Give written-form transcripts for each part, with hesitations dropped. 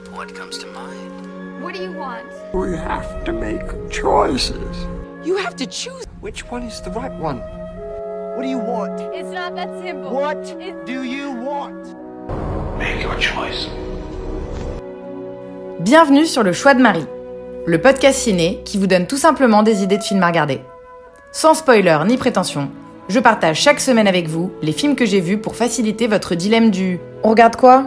What comes to mind? What do you want? We have to make choices. You have to choose. Which one is the right one? What do you want? It's not that simple. What do you want? Make your choice. Bienvenue sur Le Choix de Marie, le podcast ciné qui vous donne tout simplement des idées de films à regarder. Sans spoiler ni prétention, je partage chaque semaine avec vous les films que j'ai vus pour faciliter votre dilemme du « on regarde quoi ?»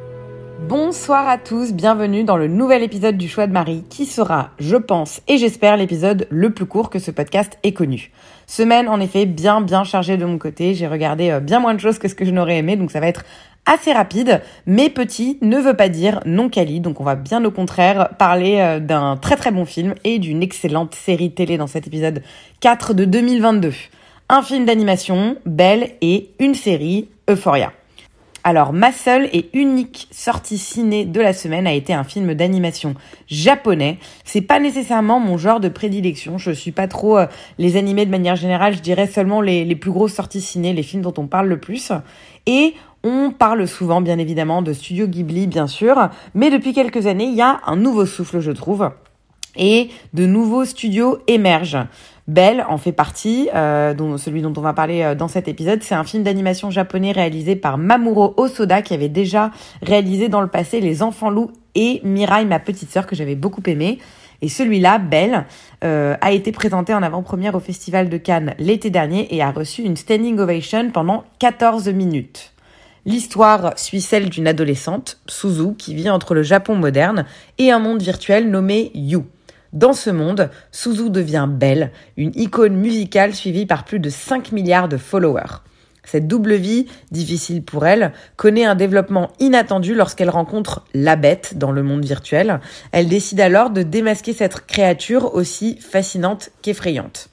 Bonsoir à tous, bienvenue dans le nouvel épisode du Choix de Marie qui sera, je pense et j'espère, l'épisode le plus court que ce podcast ait connu. Semaine en effet bien chargée de mon côté, j'ai regardé bien moins de choses que ce que je n'aurais aimé, donc ça va être assez rapide, mais petit ne veut pas dire non quali, donc on va bien au contraire parler d'un très bon film et d'une excellente série télé dans cet épisode 4 de 2022. Un film d'animation, Belle, et une série, Euphoria. Alors, ma seule et unique sortie ciné de la semaine a été un film d'animation japonais. C'est pas nécessairement mon genre de prédilection, je suis pas trop les animés de manière générale, je dirais seulement les plus grosses sorties ciné, les films dont on parle le plus. Et on parle souvent, bien évidemment, de Studio Ghibli, bien sûr, mais depuis quelques années, il y a un nouveau souffle, je trouve, et de nouveaux studios émergent. Belle en fait partie, celui dont on va parler dans cet épisode. C'est un film d'animation japonais réalisé par Mamoru Hosoda, qui avait déjà réalisé dans le passé Les Enfants Loups et Mirai, ma petite sœur, que j'avais beaucoup aimé. Et celui-là, Belle, a été présenté en avant-première au Festival de Cannes l'été dernier et a reçu une standing ovation pendant 14 minutes. L'histoire suit celle d'une adolescente, Suzu, qui vit entre le Japon moderne et un monde virtuel nommé You. Dans ce monde, Suzu devient Belle, une icône musicale suivie par plus de 5 milliards de followers. Cette double vie, difficile pour elle, connaît un développement inattendu lorsqu'elle rencontre la bête dans le monde virtuel. Elle décide alors de démasquer cette créature aussi fascinante qu'effrayante.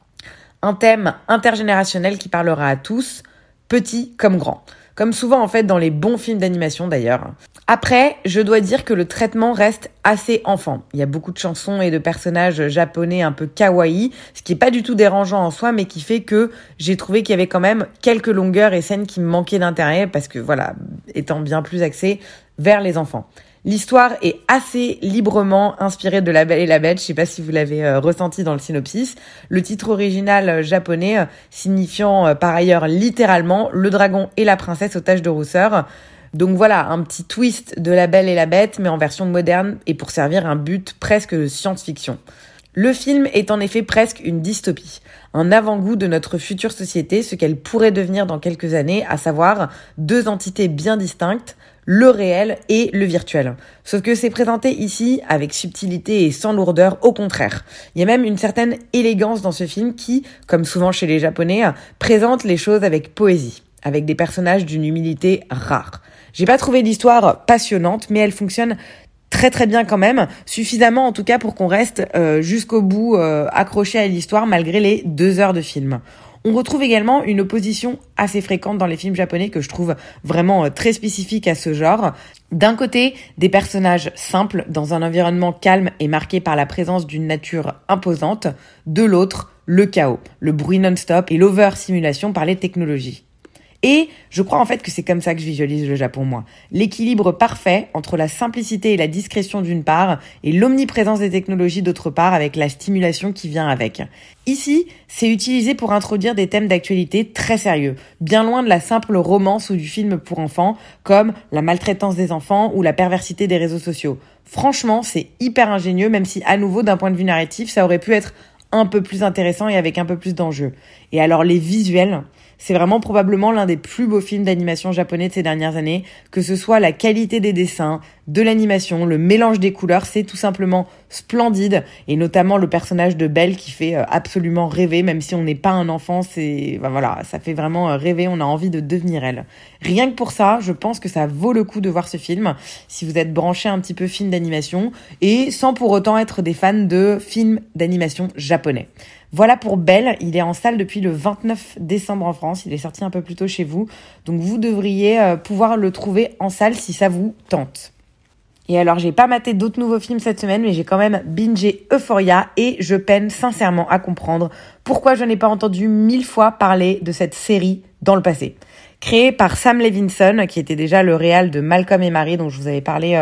Un thème intergénérationnel qui parlera à tous, petits comme grands. Comme souvent en fait dans les bons films d'animation d'ailleurs. Après, je dois dire que le traitement reste assez enfant. Il y a beaucoup de chansons et de personnages japonais un peu kawaii, ce qui est pas du tout dérangeant en soi, mais qui fait que j'ai trouvé qu'il y avait quand même quelques longueurs et scènes qui me manquaient d'intérêt, parce que voilà, étant bien plus axé vers les enfants. L'histoire est assez librement inspirée de La Belle et la Bête, je sais pas si vous l'avez ressenti dans le synopsis. Le titre original japonais signifiant par ailleurs littéralement le dragon et la princesse aux taches de rousseur. Donc voilà, un petit twist de La Belle et la Bête, mais en version moderne et pour servir un but presque de science-fiction. Le film est en effet presque une dystopie, un avant-goût de notre future société, ce qu'elle pourrait devenir dans quelques années, à savoir deux entités bien distinctes, le réel et le virtuel. Sauf que c'est présenté ici avec subtilité et sans lourdeur, au contraire. Il y a même une certaine élégance dans ce film qui, comme souvent chez les Japonais, présente les choses avec poésie, avec des personnages d'une humilité rare. J'ai pas trouvé l'histoire passionnante, mais elle fonctionne très bien quand même, suffisamment en tout cas pour qu'on reste jusqu'au bout accroché à l'histoire malgré les 2 heures de film. On retrouve également une opposition assez fréquente dans les films japonais que je trouve vraiment très spécifique à ce genre. D'un côté, des personnages simples dans un environnement calme et marqué par la présence d'une nature imposante. De l'autre, le chaos, le bruit non-stop et l'over-simulation par les technologies. Et je crois en fait que c'est comme ça que je visualise le Japon, moi. L'équilibre parfait entre la simplicité et la discrétion d'une part, et l'omniprésence des technologies d'autre part, avec la stimulation qui vient avec. Ici, c'est utilisé pour introduire des thèmes d'actualité très sérieux, bien loin de la simple romance ou du film pour enfants, comme la maltraitance des enfants ou la perversité des réseaux sociaux. Franchement, c'est hyper ingénieux, même si à nouveau, d'un point de vue narratif, ça aurait pu être un peu plus intéressant et avec un peu plus d'enjeux. Et alors les visuels, c'est vraiment probablement l'un des plus beaux films d'animation japonais de ces dernières années, que ce soit la qualité des dessins, de l'animation, le mélange des couleurs, c'est tout simplement splendide, et notamment le personnage de Belle qui fait absolument rêver, même si on n'est pas un enfant, ça fait vraiment rêver, on a envie de devenir elle. Rien que pour ça, je pense que ça vaut le coup de voir ce film, si vous êtes branché un petit peu film d'animation, et sans pour autant être des fans de films d'animation japonais. Voilà pour Belle, il est en salle depuis le 29 décembre en France, il est sorti un peu plus tôt chez vous, donc vous devriez pouvoir le trouver en salle si ça vous tente. Et alors, j'ai pas maté d'autres nouveaux films cette semaine, mais j'ai quand même bingé Euphoria et je peine sincèrement à comprendre pourquoi je n'ai pas entendu 1000 fois parler de cette série dans le passé. Créée par Sam Levinson, qui était déjà le réal de Malcolm et Marie, dont je vous avais parlé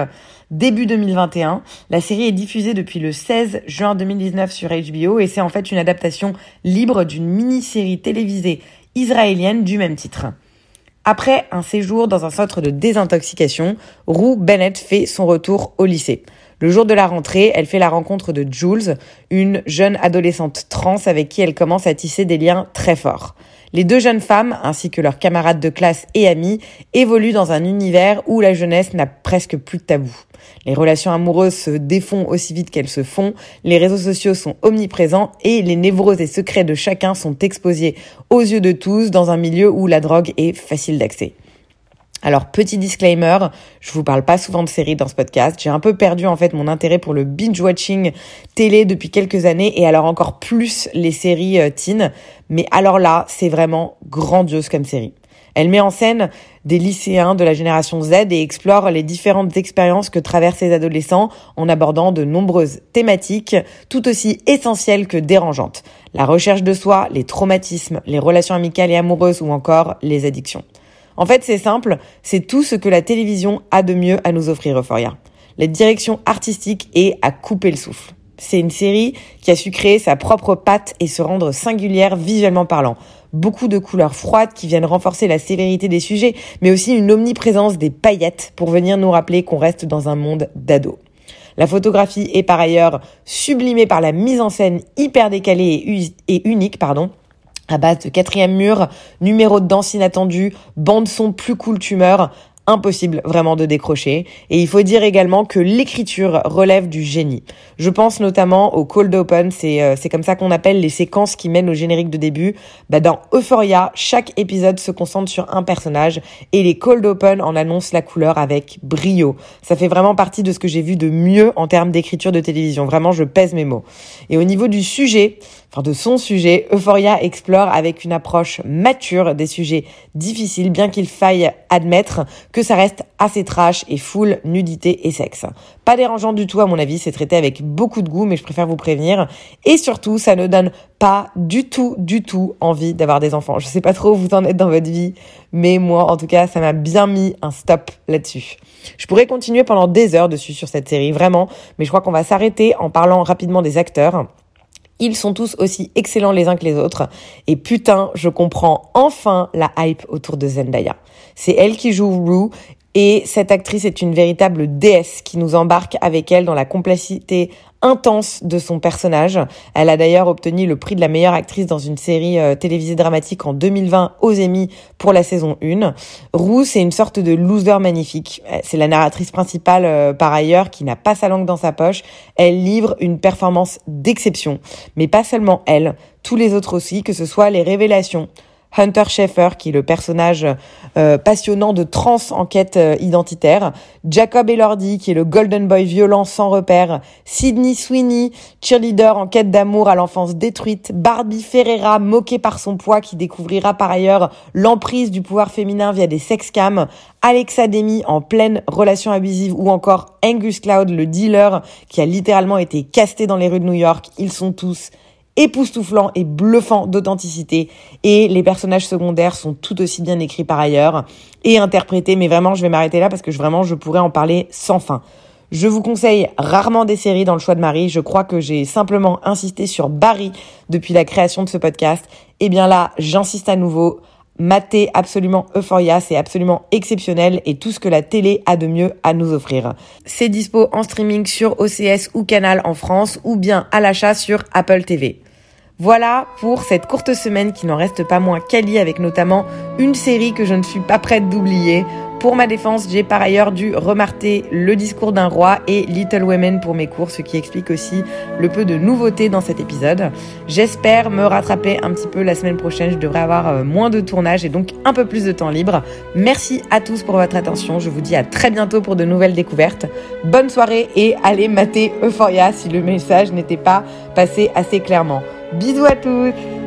début 2021. La série est diffusée depuis le 16 juin 2019 sur HBO et c'est en fait une adaptation libre d'une mini-série télévisée israélienne du même titre. Après un séjour dans un centre de désintoxication, Rue Bennett fait son retour au lycée. Le jour de la rentrée, elle fait la rencontre de Jules, une jeune adolescente trans avec qui elle commence à tisser des liens très forts. Les deux jeunes femmes, ainsi que leurs camarades de classe et amis, évoluent dans un univers où la jeunesse n'a presque plus de tabou. Les relations amoureuses se défont aussi vite qu'elles se font, les réseaux sociaux sont omniprésents et les névroses et secrets de chacun sont exposés aux yeux de tous dans un milieu où la drogue est facile d'accès. Alors, petit disclaimer, je vous parle pas souvent de séries dans ce podcast. J'ai un peu perdu en fait mon intérêt pour le binge-watching télé depuis quelques années et alors encore plus les séries teen. Mais alors là, c'est vraiment grandiose comme série. Elle met en scène des lycéens de la génération Z et explore les différentes expériences que traversent les adolescents en abordant de nombreuses thématiques tout aussi essentielles que dérangeantes. La recherche de soi, les traumatismes, les relations amicales et amoureuses ou encore les addictions. En fait, c'est simple, c'est tout ce que la télévision a de mieux à nous offrir, Euphoria. La direction artistique est à couper le souffle. C'est une série qui a su créer sa propre patte et se rendre singulière visuellement parlant. Beaucoup de couleurs froides qui viennent renforcer la sévérité des sujets, mais aussi une omniprésence des paillettes pour venir nous rappeler qu'on reste dans un monde d'ados. La photographie est par ailleurs sublimée par la mise en scène hyper décalée et unique, à base de quatrième mur, numéro de danse inattendu, bande son plus cool tu meurs, impossible vraiment de décrocher. Et il faut dire également que l'écriture relève du génie. Je pense notamment au cold open, c'est comme ça qu'on appelle les séquences qui mènent au générique de début. Dans Euphoria, chaque épisode se concentre sur un personnage et les cold open en annoncent la couleur avec brio. Ça fait vraiment partie de ce que j'ai vu de mieux en termes d'écriture de télévision. Vraiment, je pèse mes mots. Et au niveau du sujet, de son sujet, Euphoria explore avec une approche mature des sujets difficiles, bien qu'il faille admettre que ça reste assez trash et full nudité et sexe. Pas dérangeant du tout à mon avis, c'est traité avec beaucoup de goût, mais je préfère vous prévenir. Et surtout, ça ne donne pas du tout envie d'avoir des enfants. Je sais pas trop où vous en êtes dans votre vie, mais moi, en tout cas, ça m'a bien mis un stop là-dessus. Je pourrais continuer pendant des heures dessus sur cette série, vraiment, mais je crois qu'on va s'arrêter en parlant rapidement des acteurs. Ils sont tous aussi excellents les uns que les autres. Et putain, je comprends enfin la hype autour de Zendaya. C'est elle qui joue Rue. Et cette actrice est une véritable déesse qui nous embarque avec elle dans la complexité intense de son personnage. Elle a d'ailleurs obtenu le prix de la meilleure actrice dans une série télévisée dramatique en 2020 aux Emmy pour la saison 1. Rue, c'est une sorte de loser magnifique. C'est la narratrice principale par ailleurs qui n'a pas sa langue dans sa poche. Elle livre une performance d'exception. Mais pas seulement elle, tous les autres aussi, que ce soit les révélations. Hunter Schafer, qui est le personnage passionnant de trans en quête identitaire, Jacob Elordi, qui est le golden boy violent sans repère, Sydney Sweeney, cheerleader en quête d'amour à l'enfance détruite, Barbie Ferreira, moquée par son poids, qui découvrira par ailleurs l'emprise du pouvoir féminin via des sexcams, Alexa Demi en pleine relation abusive ou encore Angus Cloud, le dealer, qui a littéralement été casté dans les rues de New York. Ils sont tous époustouflant et bluffant d'authenticité et les personnages secondaires sont tout aussi bien écrits par ailleurs et interprétés, mais vraiment je vais m'arrêter là parce que je pourrais en parler sans fin. Je vous conseille rarement des séries dans le choix de Marie, je crois que j'ai simplement insisté sur Barry depuis la création de ce podcast, et bien là j'insiste à nouveau, matez absolument Euphoria, c'est absolument exceptionnel et tout ce que la télé a de mieux à nous offrir. C'est dispo en streaming sur OCS ou Canal en France ou bien à l'achat sur Apple TV. Voilà pour cette courte semaine qui n'en reste pas moins quali avec notamment une série que je ne suis pas prête d'oublier. Pour ma défense, j'ai par ailleurs dû remarquer Le discours d'un roi et Little Women pour mes cours, ce qui explique aussi le peu de nouveautés dans cet épisode. J'espère me rattraper un petit peu la semaine prochaine. Je devrais avoir moins de tournage et donc un peu plus de temps libre. Merci à tous pour votre attention. Je vous dis à très bientôt pour de nouvelles découvertes. Bonne soirée et allez mater Euphoria si le message n'était pas passé assez clairement. Bisous à tous!